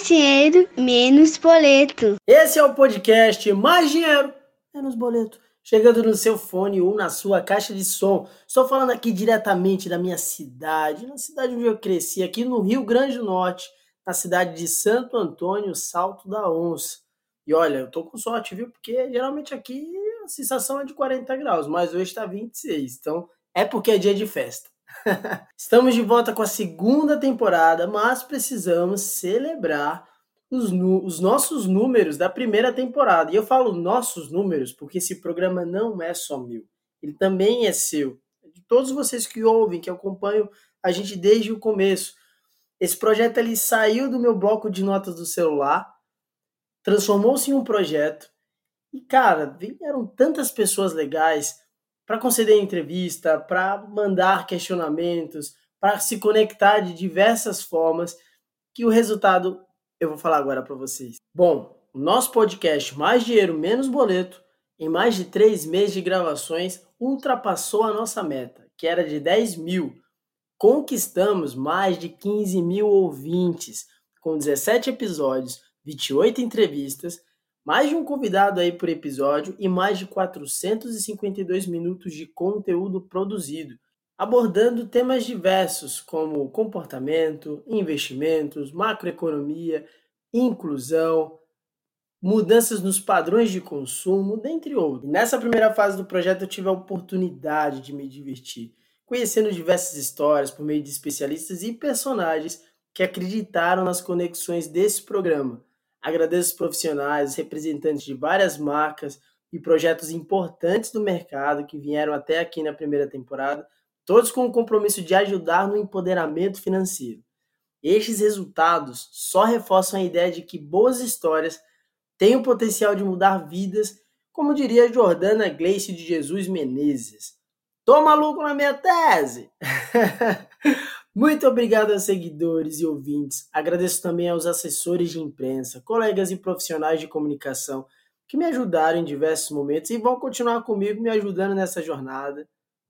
dinheiro, menos boleto. Esse é o podcast Mais Dinheiro, Menos Boleto. Chegando no seu fone ou na sua caixa de som. Estou falando aqui diretamente da minha cidade, na cidade onde eu cresci, aqui no Rio Grande do Norte, na cidade de Santo Antônio, Salto da Onça. E olha, eu tô com sorte, viu? Porque geralmente aqui a sensação é de 40 graus, mas hoje está 26, então é porque é dia de festa. Estamos de volta com a segunda temporada, mas precisamos celebrar os nossos números da primeira temporada. E eu falo nossos números porque esse programa não é só meu, ele também é seu. De todos vocês que ouvem, que acompanham a gente desde o começo. Esse projeto ele saiu do meu bloco de notas do celular, transformou-se em um projeto. E, cara, vieram tantas pessoas legais para conceder entrevista, para mandar questionamentos, para se conectar de diversas formas, que o resultado eu vou falar agora para vocês. Bom, o nosso podcast Mais Dinheiro, Menos Boleto, em mais de 3 meses de gravações, ultrapassou a nossa meta, que era de 10 mil. Conquistamos mais de 15 mil ouvintes, com 17 episódios, 28 entrevistas, mais de um convidado aí por episódio e mais de 452 minutos de conteúdo produzido, abordando temas diversos como comportamento, investimentos, macroeconomia, inclusão, mudanças nos padrões de consumo, dentre outros. E nessa primeira fase do projeto eu tive a oportunidade de me divertir, conhecendo diversas histórias por meio de especialistas e personagens que acreditaram nas conexões desse programa. Agradeço os profissionais, os representantes de várias marcas e projetos importantes do mercado que vieram até aqui na primeira temporada, todos com o compromisso de ajudar no empoderamento financeiro. Estes resultados só reforçam a ideia de que boas histórias têm o potencial de mudar vidas, como diria Jordana Gleice de Jesus Menezes. Tô maluco na minha tese! Muito obrigado aos seguidores e ouvintes. Agradeço também aos assessores de imprensa, colegas e profissionais de comunicação que me ajudaram em diversos momentos e vão continuar comigo me ajudando nessa jornada.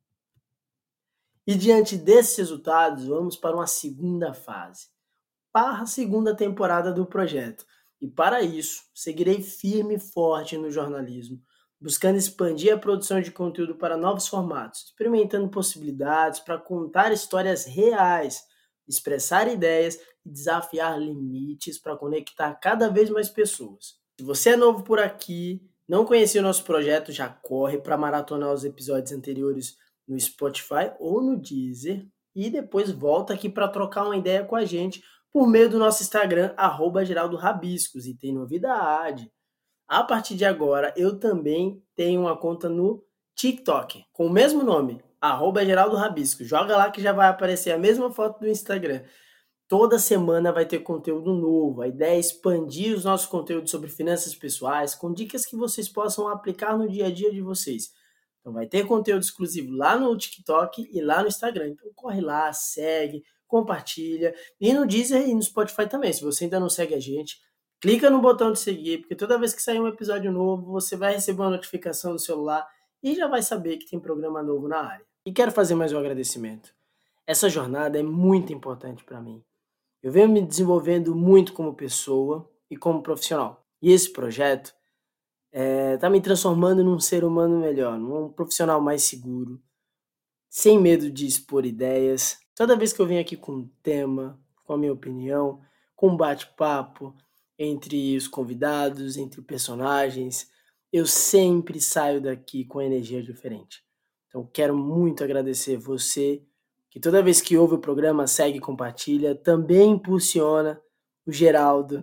E diante desses resultados, vamos para uma segunda fase, para a segunda temporada do projeto. E para isso, seguirei firme e forte no jornalismo, buscando expandir a produção de conteúdo para novos formatos, experimentando possibilidades para contar histórias reais, expressar ideias e desafiar limites para conectar cada vez mais pessoas. Se você é novo por aqui, não conhecia o nosso projeto, já corre para maratonar os episódios anteriores no Spotify ou no Deezer e depois volta aqui para trocar uma ideia com a gente por meio do nosso Instagram, @GeraldoRabiscos, e tem novidade. A partir de agora, eu também tenho uma conta no TikTok, com o mesmo nome, @GeraldoRabiscos. Joga lá que já vai aparecer a mesma foto do Instagram. Toda semana vai ter conteúdo novo. A ideia é expandir os nossos conteúdos sobre finanças pessoais, com dicas que vocês possam aplicar no dia a dia de vocês. Então vai ter conteúdo exclusivo lá no TikTok e lá no Instagram. Então corre lá, segue, compartilha. E no Deezer e no Spotify também. Se você ainda não segue a gente, clica no botão de seguir, porque toda vez que sair um episódio novo, você vai receber uma notificação no celular e já vai saber que tem programa novo na área. E quero fazer mais um agradecimento. Essa jornada é muito importante para mim. Eu venho me desenvolvendo muito como pessoa e como profissional. E esse projeto está me transformando num ser humano melhor, num profissional mais seguro, sem medo de expor ideias. Toda vez que eu venho aqui com um tema, com a minha opinião, com um bate-papo entre os convidados, entre personagens, eu sempre saio daqui com energia diferente. Então quero muito agradecer você, que toda vez que ouve o programa, segue e compartilha, também impulsiona o Geraldo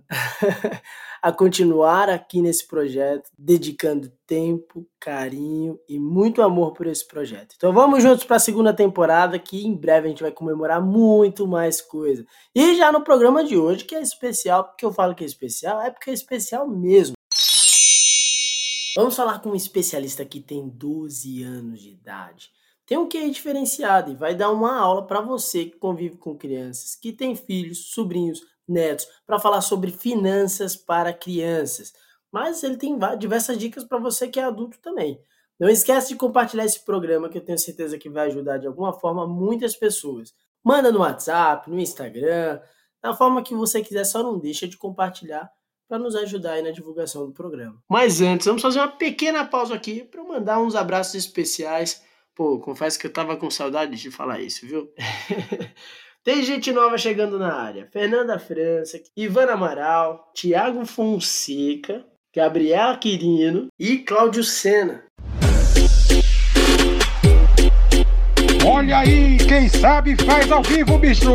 a continuar aqui nesse projeto, dedicando tempo, carinho e muito amor por esse projeto. Então vamos juntos para a segunda temporada, que em breve a gente vai comemorar muito mais coisa. E já no programa de hoje, que é especial, porque eu falo que é especial, é porque é especial mesmo. Vamos falar com um especialista que tem 12 anos de idade. Tem um QI diferenciado e vai dar uma aula para você que convive com crianças, que tem filhos, sobrinhos, netos, para falar sobre finanças para crianças. Mas ele tem diversas dicas para você que é adulto também. Não esquece de compartilhar esse programa, que eu tenho certeza que vai ajudar de alguma forma muitas pessoas. Manda no WhatsApp, no Instagram, da forma que você quiser, só não deixa de compartilhar para nos ajudar aí na divulgação do programa. Mas antes, vamos fazer uma pequena pausa aqui para eu mandar uns abraços especiais. Pô, confesso que eu tava com saudade de falar isso, viu? Tem gente nova chegando na área. Fernanda França, Ivana Amaral, Tiago Fonseca, Gabriela Quirino e Cláudio Sena. Olha aí, quem sabe faz ao vivo, bicho!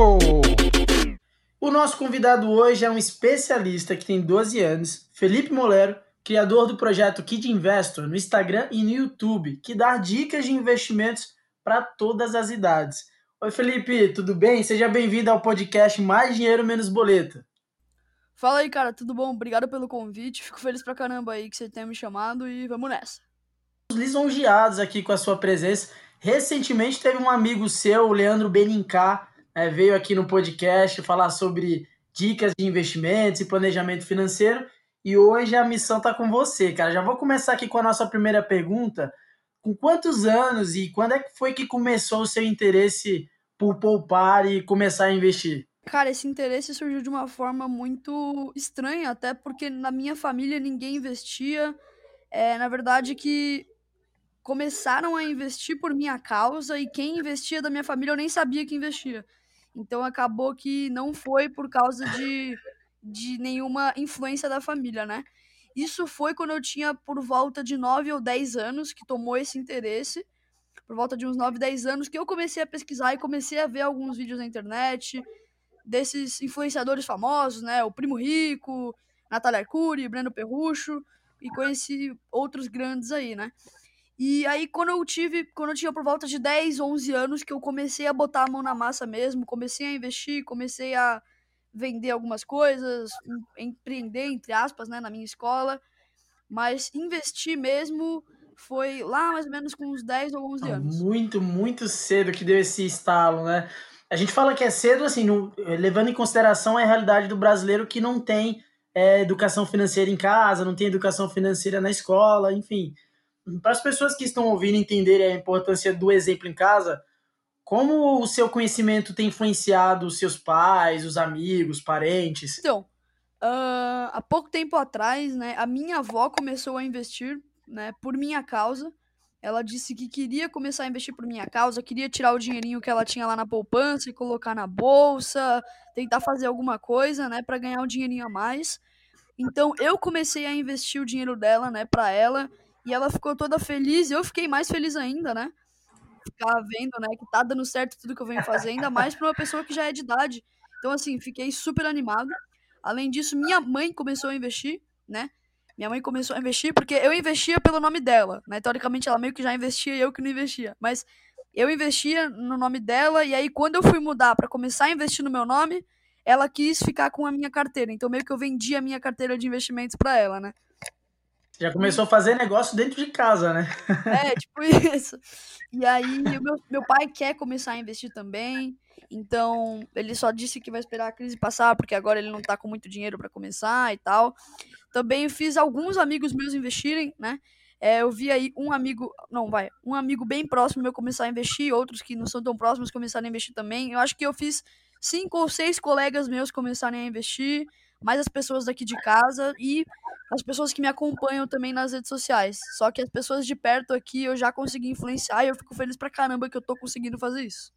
O nosso convidado hoje é um especialista que tem 12 anos, Felipe Molero, criador do projeto Kid Investor no Instagram e no YouTube, que dá dicas de investimentos para todas as idades. Oi, Felipe, tudo bem? Seja bem-vindo ao podcast Mais Dinheiro Menos Boleto. Fala aí, cara, tudo bom? Obrigado pelo convite. Fico feliz pra caramba aí que você tenha me chamado e vamos nessa. Lisonjeados aqui com a sua presença. Recentemente teve um amigo seu, o Leandro Benincá, veio aqui no podcast falar sobre dicas de investimentos e planejamento financeiro. E hoje a missão tá com você, cara. Já vou começar aqui com a nossa primeira pergunta. Com quantos anos e quando é que foi que começou o seu interesse por poupar e começar a investir? Cara, esse interesse surgiu de uma forma muito estranha, até porque na minha família ninguém investia. Na verdade, que começaram a investir por minha causa e quem investia da minha família eu nem sabia que investia. Então acabou que não foi por causa de nenhuma influência da família, né? Isso foi quando eu tinha por volta de 9 ou 10 anos que tomou esse interesse. Por volta de uns 9, 10 anos, que eu comecei a pesquisar e comecei a ver alguns vídeos na internet desses influenciadores famosos, né? O Primo Rico, Natália Arcuri, Breno Perrucho, e conheci outros grandes aí, né? E aí, quando eu tinha por volta de 10, 11 anos, que eu comecei a botar a mão na massa mesmo, comecei a investir, comecei a vender algumas coisas, empreender, entre aspas, né, na minha escola, mas investir mesmo foi lá mais ou menos com uns 10 ou 11 anos. Muito cedo que deu esse estalo, né? A gente fala que é cedo, assim, levando em consideração a realidade do brasileiro que não tem educação financeira em casa, não tem educação financeira na escola, enfim. Para as pessoas que estão ouvindo entenderem a importância do exemplo em casa, como o seu conhecimento tem influenciado os seus pais, os amigos, parentes? Então, há pouco tempo atrás, né, a minha avó começou a investir, né, por minha causa. Ela disse que queria começar a investir por minha causa, queria tirar o dinheirinho que ela tinha lá na poupança e colocar na bolsa, tentar fazer alguma coisa, né, para ganhar um dinheirinho a mais. Então eu comecei a investir o dinheiro dela, né, para ela, e ela ficou toda feliz, e eu fiquei mais feliz ainda, né? Ficar vendo, né, que tá dando certo tudo que eu venho fazer, ainda mais pra uma pessoa que já é de idade. Então, assim, fiquei super animado. Além disso, minha mãe começou a investir, né? Minha mãe começou a investir porque eu investia pelo nome dela, né? Teoricamente, ela meio que já investia e eu que não investia. Mas eu investia no nome dela e aí, quando eu fui mudar pra começar a investir no meu nome, ela quis ficar com a minha carteira. Então, meio que eu vendi a minha carteira de investimentos pra ela, né? Já começou a fazer negócio dentro de casa, né? Tipo isso. E aí, o meu pai quer começar a investir também. Então, ele só disse que vai esperar a crise passar, porque agora ele não tá com muito dinheiro para começar e tal. Também fiz alguns amigos meus investirem, né? Eu vi aí um amigo bem próximo meu começar a investir, outros que não são tão próximos começarem a investir também. Eu acho que eu fiz 5 ou 6 colegas meus começarem a investir, mais as pessoas daqui de casa e as pessoas que me acompanham também nas redes sociais. Só que as pessoas de perto aqui eu já consegui influenciar e eu fico feliz pra caramba que eu tô conseguindo fazer isso.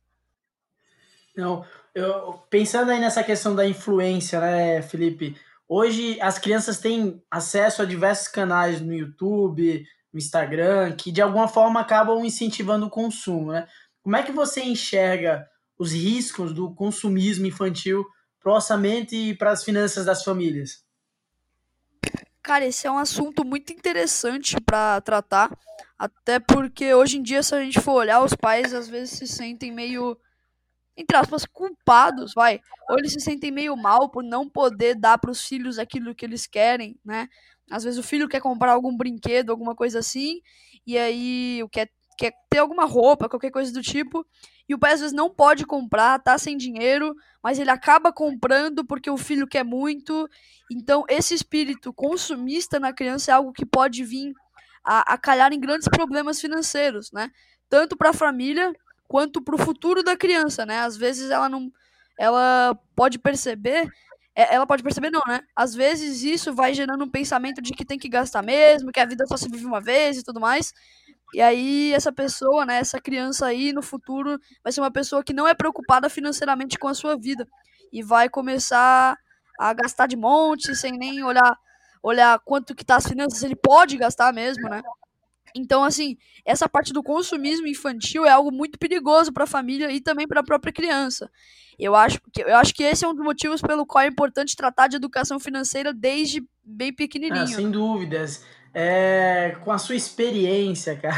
Não, pensando aí nessa questão da influência, né, Felipe? Hoje as crianças têm acesso a diversos canais no YouTube, no Instagram, que de alguma forma acabam incentivando o consumo, né? Como é que você enxerga os riscos do consumismo infantil para o orçamento e para as finanças das famílias? Cara, esse é um assunto muito interessante pra tratar, até porque hoje em dia, se a gente for olhar, os pais às vezes se sentem meio, entre aspas, culpados, vai. Ou eles se sentem meio mal por não poder dar para os filhos aquilo que eles querem, né? Às vezes o filho quer comprar algum brinquedo, alguma coisa assim, e aí quer ter alguma roupa, qualquer coisa do tipo, e o pai às vezes não pode comprar, tá sem dinheiro, mas ele acaba comprando porque o filho quer muito. Então, esse espírito consumista na criança é algo que pode vir a calhar em grandes problemas financeiros, né? Tanto para a família quanto para o futuro da criança, né? Às vezes ela pode perceber, ela pode perceber não, né? Às vezes isso vai gerando um pensamento de que tem que gastar mesmo, que a vida só se vive uma vez e tudo mais. E aí essa pessoa, né, essa criança aí no futuro vai ser uma pessoa que não é preocupada financeiramente com a sua vida e vai começar a gastar de monte sem nem olhar quanto que tá as finanças, ele pode gastar mesmo, né? Então, assim, essa parte do consumismo infantil é algo muito perigoso para a família e também para a própria criança. Eu acho que esse é um dos motivos pelo qual é importante tratar de educação financeira desde bem Ah, pequenininho, sem né? dúvidas. Com a sua experiência, cara,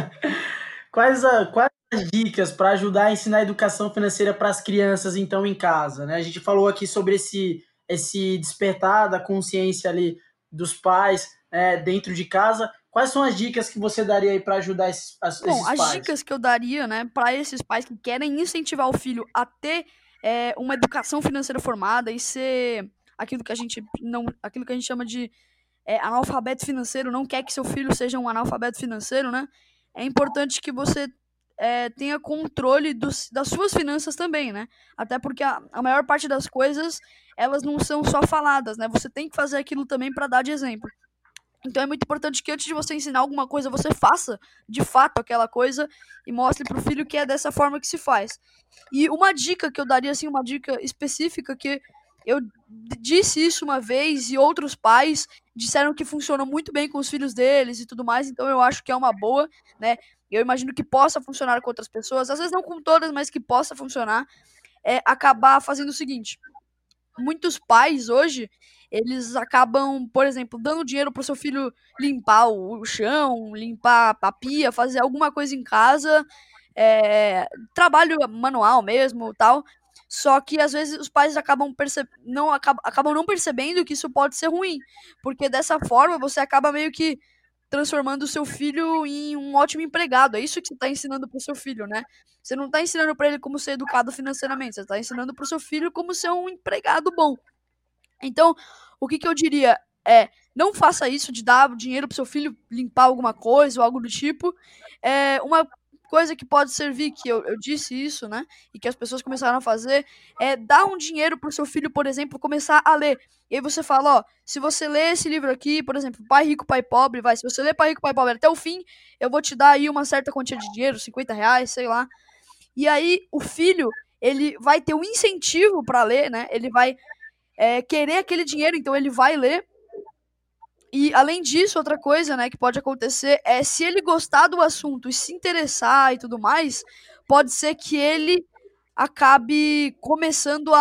quais as dicas para ajudar a ensinar a educação financeira para as crianças, então, em casa, né? A gente falou aqui sobre esse despertar da consciência ali dos pais, dentro de casa. Quais são as dicas que você daria aí para ajudar Bom, esses as pais? dicas que eu daria, né, para esses pais que querem incentivar o filho a ter uma educação financeira formada e ser aquilo que a gente chama de analfabeto financeiro, não quer que seu filho seja um analfabeto financeiro, né? É importante que você tenha controle das suas finanças também, né? Até porque a maior parte das coisas elas não são só faladas, né? Você tem que fazer aquilo também para dar de exemplo. Então é muito importante que antes de você ensinar alguma coisa, você faça de fato aquela coisa e mostre pro filho que é dessa forma que se faz. E uma dica que eu daria, assim, uma dica específica que eu disse isso uma vez e outros pais disseram que funciona muito bem com os filhos deles e tudo mais, então eu acho que é uma boa, né? Eu imagino que possa funcionar com outras pessoas, às vezes não com todas, mas que possa funcionar, é acabar fazendo o seguinte: muitos pais hoje, eles acabam, por exemplo, dando dinheiro pro seu filho limpar o chão, limpar a pia, fazer alguma coisa em casa, trabalho manual mesmo, tal. Só que às vezes os pais acabam não percebendo que isso pode ser ruim, porque dessa forma você acaba meio que transformando o seu filho em um ótimo empregado. É isso que você está ensinando pro seu filho, né? Você não está ensinando para ele como ser educado financeiramente, você está ensinando pro seu filho como ser um empregado bom. Então, o que eu diria é, não faça isso de dar dinheiro pro seu filho limpar alguma coisa ou algo do tipo. Uma coisa que pode servir, que eu disse isso, né? E que as pessoas começaram a fazer, é dar um dinheiro pro seu filho, por exemplo, começar a ler. E aí você fala, ó, se você ler esse livro aqui, por exemplo, Pai Rico, Pai Pobre, se você ler Pai Rico, Pai Pobre até o fim, eu vou te dar aí uma certa quantia de dinheiro, R$ 50, sei lá. E aí o filho, ele vai ter um incentivo para ler, né? Ele vai querer aquele dinheiro, então ele vai ler. E além disso, outra coisa, né, que pode acontecer é se ele gostar do assunto e se interessar e tudo mais, pode ser que ele acabe começando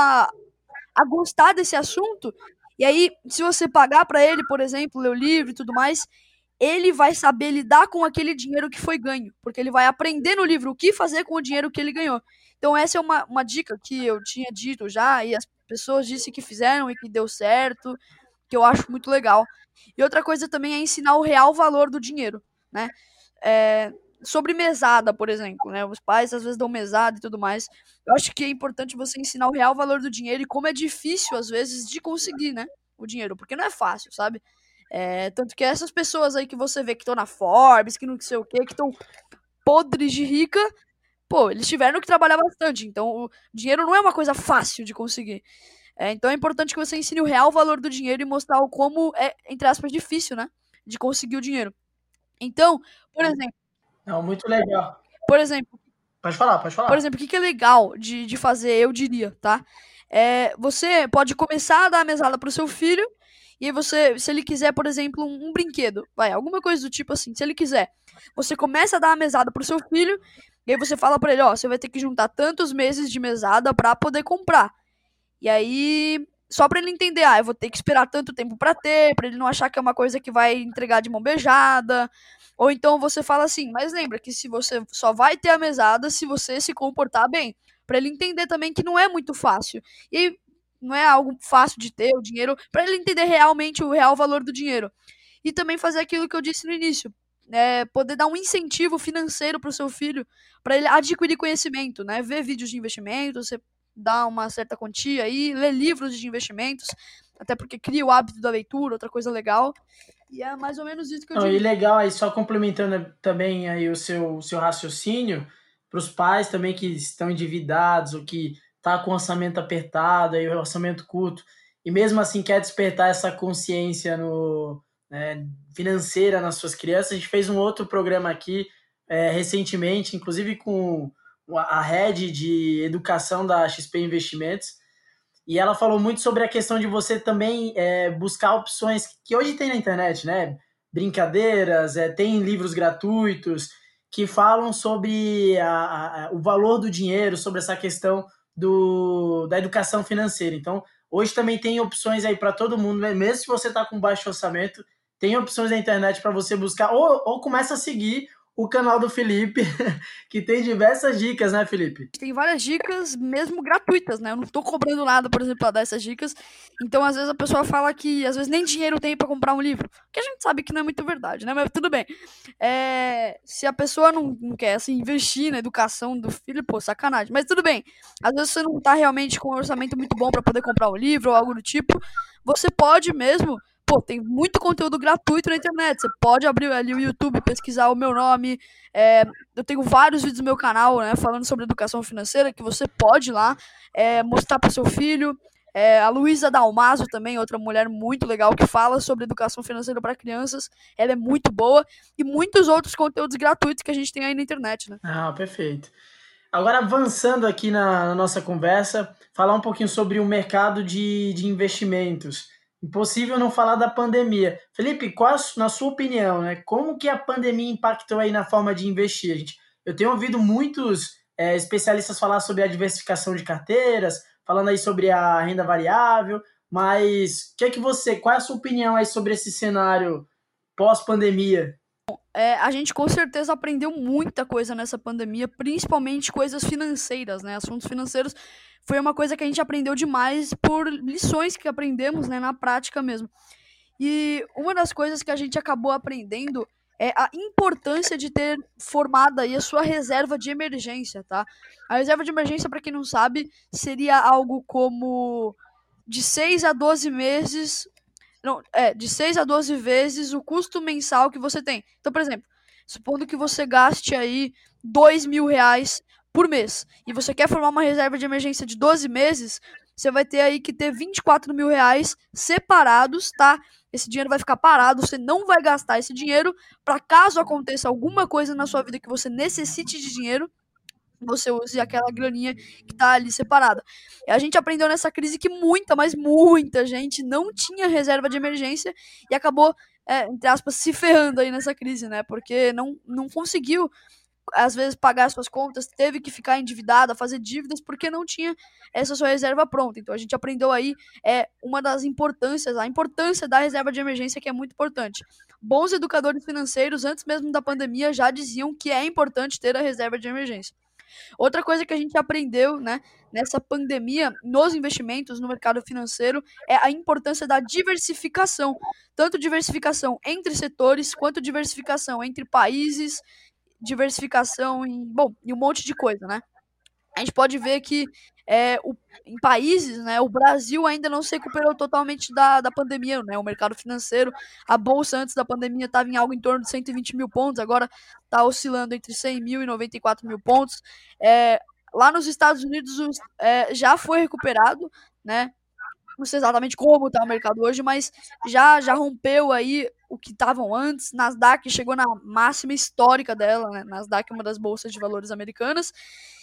a gostar desse assunto. E aí, se você pagar para ele, por exemplo, ler o livro e tudo mais, ele vai saber lidar com aquele dinheiro que foi ganho, porque ele vai aprender no livro o que fazer com o dinheiro que ele ganhou. Então essa é uma dica que eu tinha dito já e as pessoas disseram que fizeram e que deu certo, que eu acho muito legal. E outra coisa também é ensinar o real valor do dinheiro, né? É, sobre mesada, por exemplo, né? Os pais às vezes dão mesada e tudo mais. Eu acho que é importante você ensinar o real valor do dinheiro e como é difícil às vezes de conseguir, né? O dinheiro, porque não é fácil, sabe? Tanto que essas pessoas aí que você vê que estão na Forbes, que não sei o quê, que estão podres de rica, pô, eles tiveram que trabalhar bastante. Então, o dinheiro não é uma coisa fácil de conseguir. Então é importante que você ensine o real valor do dinheiro e mostrar o como é, entre aspas, difícil, né? De conseguir o dinheiro. Então, por exemplo, Não, muito legal. por exemplo, Pode falar, pode por falar. exemplo, o que é legal de fazer, eu diria, tá? Você pode começar a dar a mesada pro seu filho, e aí você, se ele quiser, por exemplo, um brinquedo, alguma coisa do tipo assim, se ele quiser, você começa a dar a mesada pro seu filho, e aí você fala pra ele, ó, você vai ter que juntar tantos meses de mesada pra poder comprar. E aí, só pra ele entender, eu vou ter que esperar tanto tempo pra ele não achar que é uma coisa que vai entregar de mão beijada. Ou então você fala assim, mas lembra que se você só vai ter a mesada se você se comportar bem. Pra ele entender também que não é muito fácil. E aí, não é algo fácil de ter o dinheiro, pra ele entender realmente o real valor do dinheiro. E também fazer aquilo que eu disse no início. Poder dar um incentivo financeiro pro seu filho para ele adquirir conhecimento, né? Ver vídeos de investimento, você dá uma certa quantia aí, ler livros de investimentos, até porque cria o hábito da leitura, outra coisa legal. E é mais ou menos isso que eu Não, e diria. legal aí, só complementando também aí o seu raciocínio, para os pais também que estão endividados ou que tá com o orçamento apertado, aí o orçamento curto, e mesmo assim quer despertar essa consciência financeira nas suas crianças. A gente fez um outro programa aqui recentemente, inclusive com a head de educação da XP Investimentos, e ela falou muito sobre a questão de você também buscar opções que hoje tem na internet, né? Brincadeiras, tem livros gratuitos que falam sobre o valor do dinheiro, sobre essa questão da educação financeira. Então, hoje também tem opções aí para todo mundo, mesmo se você está com baixo orçamento, tem opções na internet para você buscar, ou começa a seguir o canal do Felipe, que tem diversas dicas, né, Felipe? Tem várias dicas, mesmo gratuitas, né? Eu não tô cobrando nada, por exemplo, pra dar essas dicas. Então, às vezes, a pessoa fala que, às vezes, nem dinheiro tem pra comprar um livro. Que a gente sabe que não é muito verdade, né? Mas tudo bem. Se a pessoa não quer, assim, investir na educação do filho, pô, sacanagem. Mas tudo bem. Às vezes, você não tá realmente com um orçamento muito bom pra poder comprar um livro ou algo do tipo. Você pode mesmo... Pô, tem muito conteúdo gratuito na internet. Você pode abrir ali o YouTube, pesquisar o meu nome. Eu tenho vários vídeos no meu canal, né, falando sobre educação financeira, que você pode ir lá mostrar para o seu filho. A Luísa Dalmaso também, outra mulher muito legal, que fala sobre educação financeira para crianças. Ela é muito boa. E muitos outros conteúdos gratuitos que a gente tem aí na internet, né? Ah, perfeito. Agora, avançando aqui na nossa conversa, falar um pouquinho sobre o mercado de investimentos. Impossível não falar da pandemia. Felipe, qual, na sua opinião, né, como que a pandemia impactou aí na forma de investir? Eu tenho ouvido muitos especialistas falar sobre a diversificação de carteiras, falando aí sobre a renda variável, mas qual é a sua opinião aí sobre esse cenário pós-pandemia? A gente com certeza aprendeu muita coisa nessa pandemia, principalmente coisas financeiras, né? Assuntos financeiros foi uma coisa que a gente aprendeu demais por lições que aprendemos, né, na prática mesmo. E uma das coisas que a gente acabou aprendendo é a importância de ter formado aí a sua reserva de emergência, tá? A reserva de emergência, para quem não sabe, seria algo como de 6 a 12 meses... Não, de 6 a 12 vezes o custo mensal que você tem. Então, por exemplo, supondo que você gaste aí R$2.000 por mês e você quer formar uma reserva de emergência de 12 meses, você vai ter aí que ter R$24.000 separados, tá? Esse dinheiro vai ficar parado, você não vai gastar esse dinheiro para caso aconteça alguma coisa na sua vida que você necessite de dinheiro, você use aquela graninha que tá ali separada. E a gente aprendeu nessa crise que mas muita gente não tinha reserva de emergência e acabou, entre aspas, se ferrando aí nessa crise, né? Porque não conseguiu, às vezes, pagar suas contas, teve que ficar endividada, fazer dívidas, porque não tinha essa sua reserva pronta. Então a gente aprendeu aí uma das importâncias, a importância da reserva de emergência, que é muito importante. Bons educadores financeiros, antes mesmo da pandemia, já diziam que é importante ter a reserva de emergência. Outra coisa que a gente aprendeu, né, nessa pandemia, nos investimentos, no mercado financeiro, é a importância da diversificação. Tanto diversificação entre setores, quanto diversificação entre países, diversificação em um monte de coisa, né? A gente pode ver que em países, né, o Brasil ainda não se recuperou totalmente da pandemia, né? O mercado financeiro, a bolsa antes da pandemia estava em algo em torno de 120 mil pontos, agora está oscilando entre 100 mil e 94 mil pontos. Lá nos Estados Unidos já foi recuperado, né? Não sei exatamente como está o mercado hoje, mas já rompeu aí o que estavam antes. Nasdaq chegou na máxima histórica dela, né? Nasdaq é uma das bolsas de valores americanas.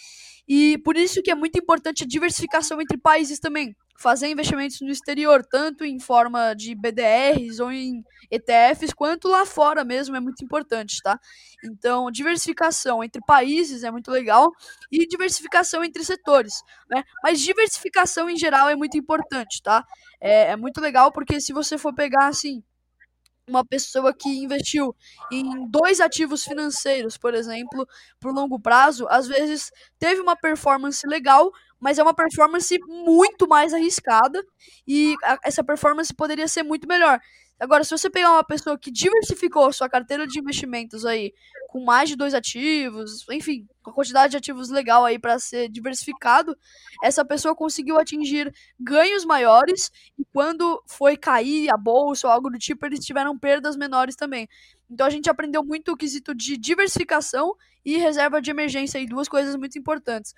E por isso que é muito importante a diversificação entre países também. Fazer investimentos no exterior, tanto em forma de BDRs ou em ETFs, quanto lá fora mesmo, é muito importante, tá? Então, diversificação entre países é muito legal e diversificação entre setores, né? Mas diversificação em geral é muito importante, tá? É muito legal porque se você for pegar, assim, uma pessoa que investiu em 2 ativos financeiros, por exemplo, por longo prazo, às vezes teve uma performance legal, mas é uma performance muito mais arriscada e essa performance poderia ser muito melhor. Agora, se você pegar uma pessoa que diversificou sua carteira de investimentos aí com mais de 2 ativos, enfim, com a quantidade de ativos legal aí para ser diversificado, essa pessoa conseguiu atingir ganhos maiores e quando foi cair a bolsa ou algo do tipo, eles tiveram perdas menores também. Então a gente aprendeu muito o quesito de diversificação e reserva de emergência, aí 2 coisas muito importantes.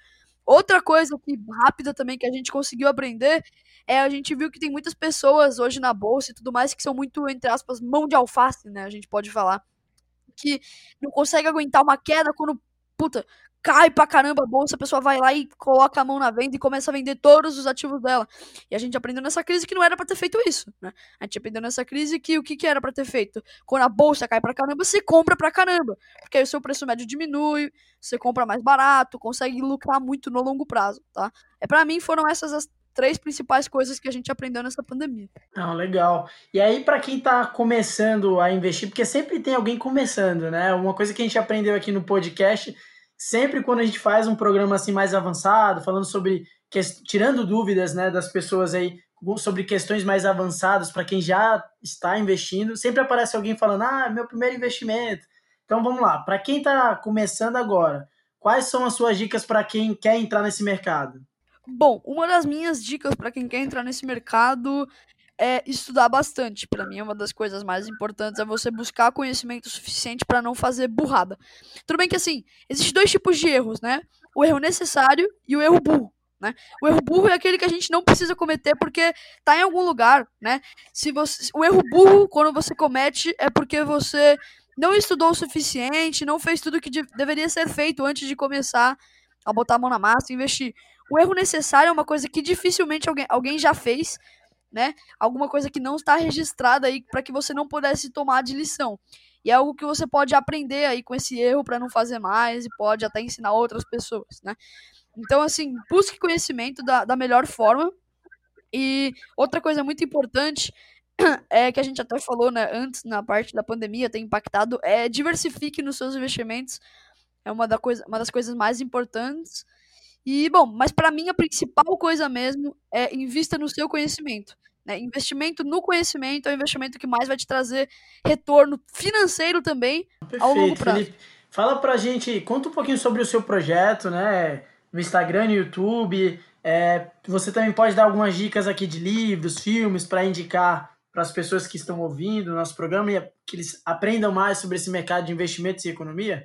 Outra coisa rápida também que a gente conseguiu aprender a gente viu que tem muitas pessoas hoje na bolsa e tudo mais que são muito, entre aspas, mão de alface, né? A gente pode falar que não consegue aguentar uma queda quando, puta, cai pra caramba a bolsa, a pessoa vai lá e coloca a mão na venda e começa a vender todos os ativos dela. E a gente aprendeu nessa crise que não era pra ter feito isso, né? A gente aprendeu nessa crise que o que era pra ter feito? Quando a bolsa cai pra caramba, você compra pra caramba, porque aí o seu preço médio diminui, você compra mais barato, consegue lucrar muito no longo prazo, tá? Pra mim foram essas as 3 principais coisas que a gente aprendeu nessa pandemia. Não, legal. E aí, para quem está começando a investir, porque sempre tem alguém começando, né? Uma coisa que a gente aprendeu aqui no podcast, sempre quando a gente faz um programa assim mais avançado, falando sobre, tirando dúvidas, né, das pessoas aí, sobre questões mais avançadas para quem já está investindo, sempre aparece alguém falando, meu primeiro investimento. Então vamos lá, para quem está começando agora, quais são as suas dicas para quem quer entrar nesse mercado? Bom, uma das minhas dicas para quem quer entrar nesse mercado é estudar bastante. Para mim, uma das coisas mais importantes é você buscar conhecimento suficiente para não fazer burrada. Tudo bem que, assim, existem 2 tipos de erros, né? O erro necessário e o erro burro, né? O erro burro é aquele que a gente não precisa cometer porque tá em algum lugar, né? O erro burro, quando você comete, é porque você não estudou o suficiente, não fez tudo que deveria ser feito antes de começar a botar a mão na massa e investir. O erro necessário é uma coisa que dificilmente alguém já fez, né? Alguma coisa que não está registrada aí para que você não pudesse tomar de lição. E é algo que você pode aprender aí com esse erro para não fazer mais e pode até ensinar outras pessoas, né? Então, assim, busque conhecimento da melhor forma. E outra coisa muito importante é que a gente até falou, né, antes na parte da pandemia, tem impactado, diversifique nos seus investimentos. É uma das coisas mais importantes. E, bom, mas para mim a principal coisa mesmo é invista no seu conhecimento, né? Investimento no conhecimento é o investimento que mais vai te trazer retorno financeiro também ao longo Perfeito, prazo. Felipe. Fala pra gente, conta um pouquinho sobre o seu projeto, né? No Instagram, no YouTube. Você também pode dar algumas dicas aqui de livros, filmes, para indicar para as pessoas que estão ouvindo o nosso programa e que eles aprendam mais sobre esse mercado de investimentos e economia?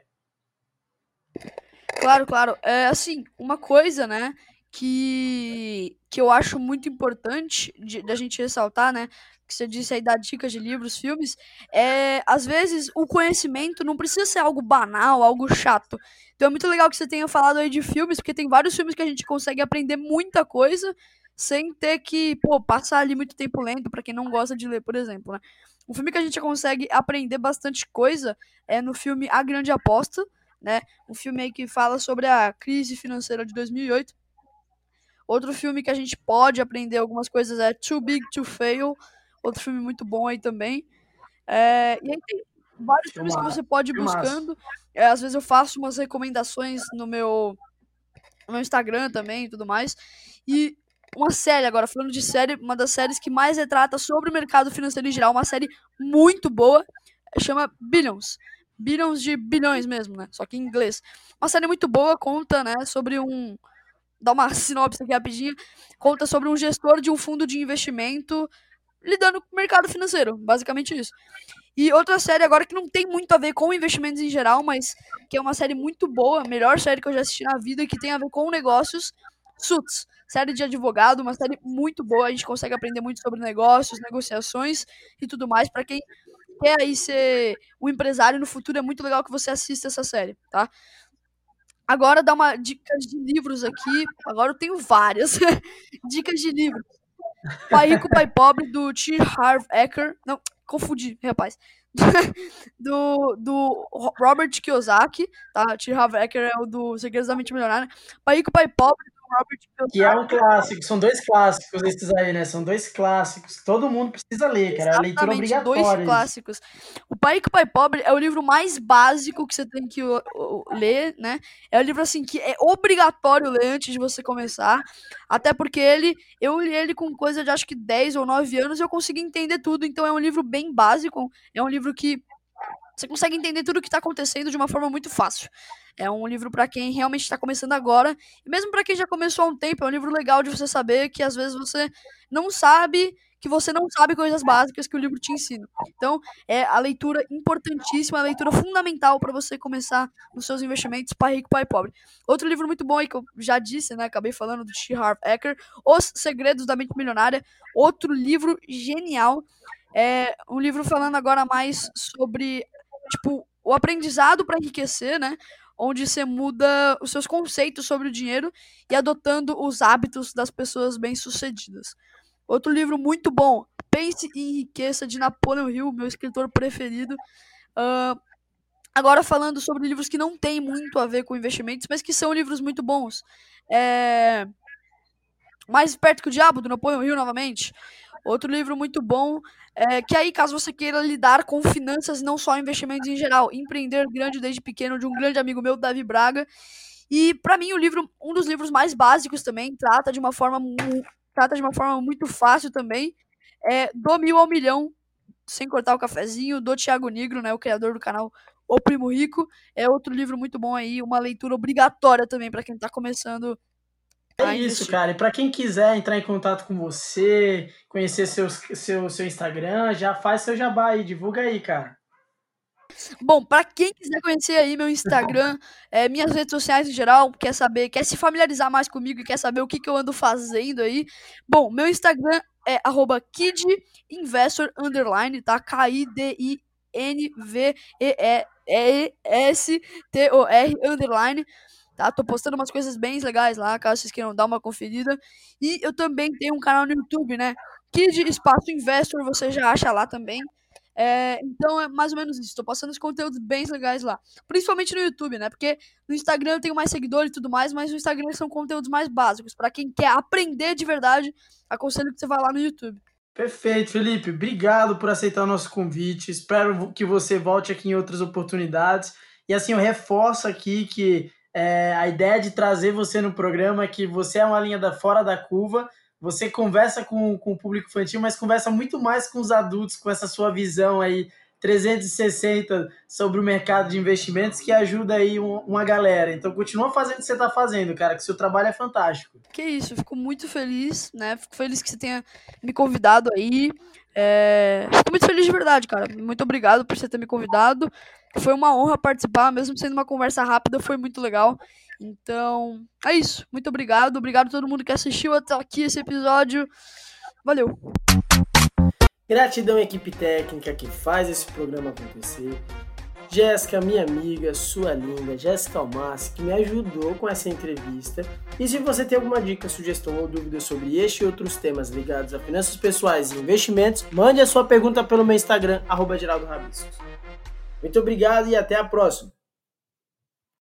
Claro, claro. Assim, uma coisa, né, que eu acho muito importante da gente ressaltar, né, que você disse aí dar dicas de livros, filmes, às vezes o conhecimento não precisa ser algo banal, algo chato. Então é muito legal que você tenha falado aí de filmes, porque tem vários filmes que a gente consegue aprender muita coisa sem ter que, passar ali muito tempo lendo, para quem não gosta de ler, por exemplo, né. Um filme que a gente consegue aprender bastante coisa é no filme A Grande Aposta, né? Um filme aí que fala sobre a crise financeira de 2008. Outro filme que a gente pode aprender algumas coisas é Too Big to Fail, outro filme muito bom aí também. E aí tem vários filmes que você pode ir buscando. Às vezes eu faço umas recomendações no meu Instagram também e tudo mais. E uma série agora, falando de série, uma das séries que mais retrata sobre o mercado financeiro em geral, uma série muito boa, chama Billions. Billions de bilhões mesmo, né? Só que em inglês. Uma série muito boa, conta, né, sobre dá uma sinopse aqui rapidinho. Conta sobre um gestor de um fundo de investimento lidando com o mercado financeiro. Basicamente isso. E outra série agora que não tem muito a ver com investimentos em geral, mas que é uma série muito boa, a melhor série que eu já assisti na vida, que tem a ver com negócios, Suits. Série de advogado, uma série muito boa. A gente consegue aprender muito sobre negócios, negociações e tudo mais. Para quem quer aí ser um empresário no futuro, é muito legal que você assista essa série, tá? Agora dá uma dicas de livros aqui. Agora eu tenho várias dicas de livros. Pai Rico, Pai Pobre, do T. Harv Eker. Não, confundi, rapaz. do Robert Kiyosaki, tá? T. Harv Eker é o do Segredos da Mente Milionária. Pai Rico, Pai Pobre, do Robert Kiyosaki. Que é um clássico, são 2 clássicos esses aí, né? São 2 clássicos. Todo mundo precisa ler, cara. É a leitura obrigatória. 2 clássicos. O Pai Rico, Pai Pobre é o livro mais básico que você tem que ler, né? É o livro, assim, que é obrigatório ler antes de você começar. Até porque eu li ele com coisa de acho que 10 ou 9 anos e eu consegui entender tudo. Então é um livro bem básico. É um livro que você consegue entender tudo o que está acontecendo de uma forma muito fácil. É um livro para quem realmente está começando agora. E mesmo para quem já começou há um tempo, é um livro legal de você saber que às vezes você não sabe que você não sabe coisas básicas que o livro te ensina. Então, é a leitura importantíssima, a leitura fundamental para você começar nos seus investimentos Pai Rico, Pai Pobre. Outro livro muito bom aí que eu já disse, né? Acabei falando do T. Harv Eker, Os Segredos da Mente Milionária. Outro livro genial. É um livro falando agora mais sobre, tipo, o aprendizado para enriquecer, né? Onde você muda os seus conceitos sobre o dinheiro e adotando os hábitos das pessoas bem-sucedidas. Outro livro muito bom, Pense e Enriqueça, de Napoleon Hill, meu escritor preferido. Agora falando sobre livros que não têm muito a ver com investimentos, mas que são livros muito bons. Mais Esperto que o Diabo, do Napoleon Hill, novamente. Outro livro muito bom, que aí, caso você queira lidar com finanças e não só investimentos em geral, Empreender Grande Desde Pequeno, de um grande amigo meu, Davi Braga. E, para mim, um dos livros mais básicos também, trata de uma forma muito fácil também, Do 1000 ao Milhão, Sem Cortar o Cafezinho, do Thiago Nigro, né, o criador do canal O Primo Rico. É outro livro muito bom aí, uma leitura obrigatória também para quem está começando. É isso, cara. E para quem quiser entrar em contato com você, conhecer seu Instagram, já faz seu jabá aí, divulga aí, cara. Bom, para quem quiser conhecer aí meu Instagram, minhas redes sociais em geral, quer se familiarizar mais comigo e quer saber o que eu ando fazendo aí, bom, meu Instagram é @kidinvestor_, tá? KIDINVESTOR_, tá? Tô postando umas coisas bem legais lá, caso vocês queiram dar uma conferida. E eu também tenho um canal no YouTube, né? Kid Espaço Investor, você já acha lá também. Então é mais ou menos isso. Tô passando os conteúdos bem legais lá. Principalmente no YouTube, né? Porque no Instagram eu tenho mais seguidores e tudo mais, mas no Instagram são conteúdos mais básicos. Pra quem quer aprender de verdade, aconselho que você vá lá no YouTube. Perfeito, Felipe. Obrigado por aceitar o nosso convite. Espero que você volte aqui em outras oportunidades. E assim, eu reforço aqui que a ideia de trazer você no programa é que você é uma linha fora da curva. Você conversa com o público infantil, mas conversa muito mais com os adultos, com essa sua visão aí 360 sobre o mercado de investimentos, que ajuda aí uma galera. Então continua fazendo o que você está fazendo, cara, que o seu trabalho é fantástico. Que isso, eu fico muito feliz, né? Fico feliz que você tenha me convidado aí. Fico muito feliz de verdade, cara. Muito obrigado por você ter me convidado. Foi uma honra participar, mesmo sendo uma conversa rápida, foi muito legal. Então, é isso. Muito obrigado. Obrigado a todo mundo que assistiu até aqui esse episódio. Valeu! Gratidão à equipe técnica que faz esse programa acontecer. Jéssica, minha amiga, sua linda, Jéssica Almassi, que me ajudou com essa entrevista. E se você tem alguma dica, sugestão ou dúvida sobre este e outros temas ligados a finanças pessoais e investimentos, mande a sua pergunta pelo meu Instagram, @GeraldoRabiscos. Muito obrigado e até a próxima!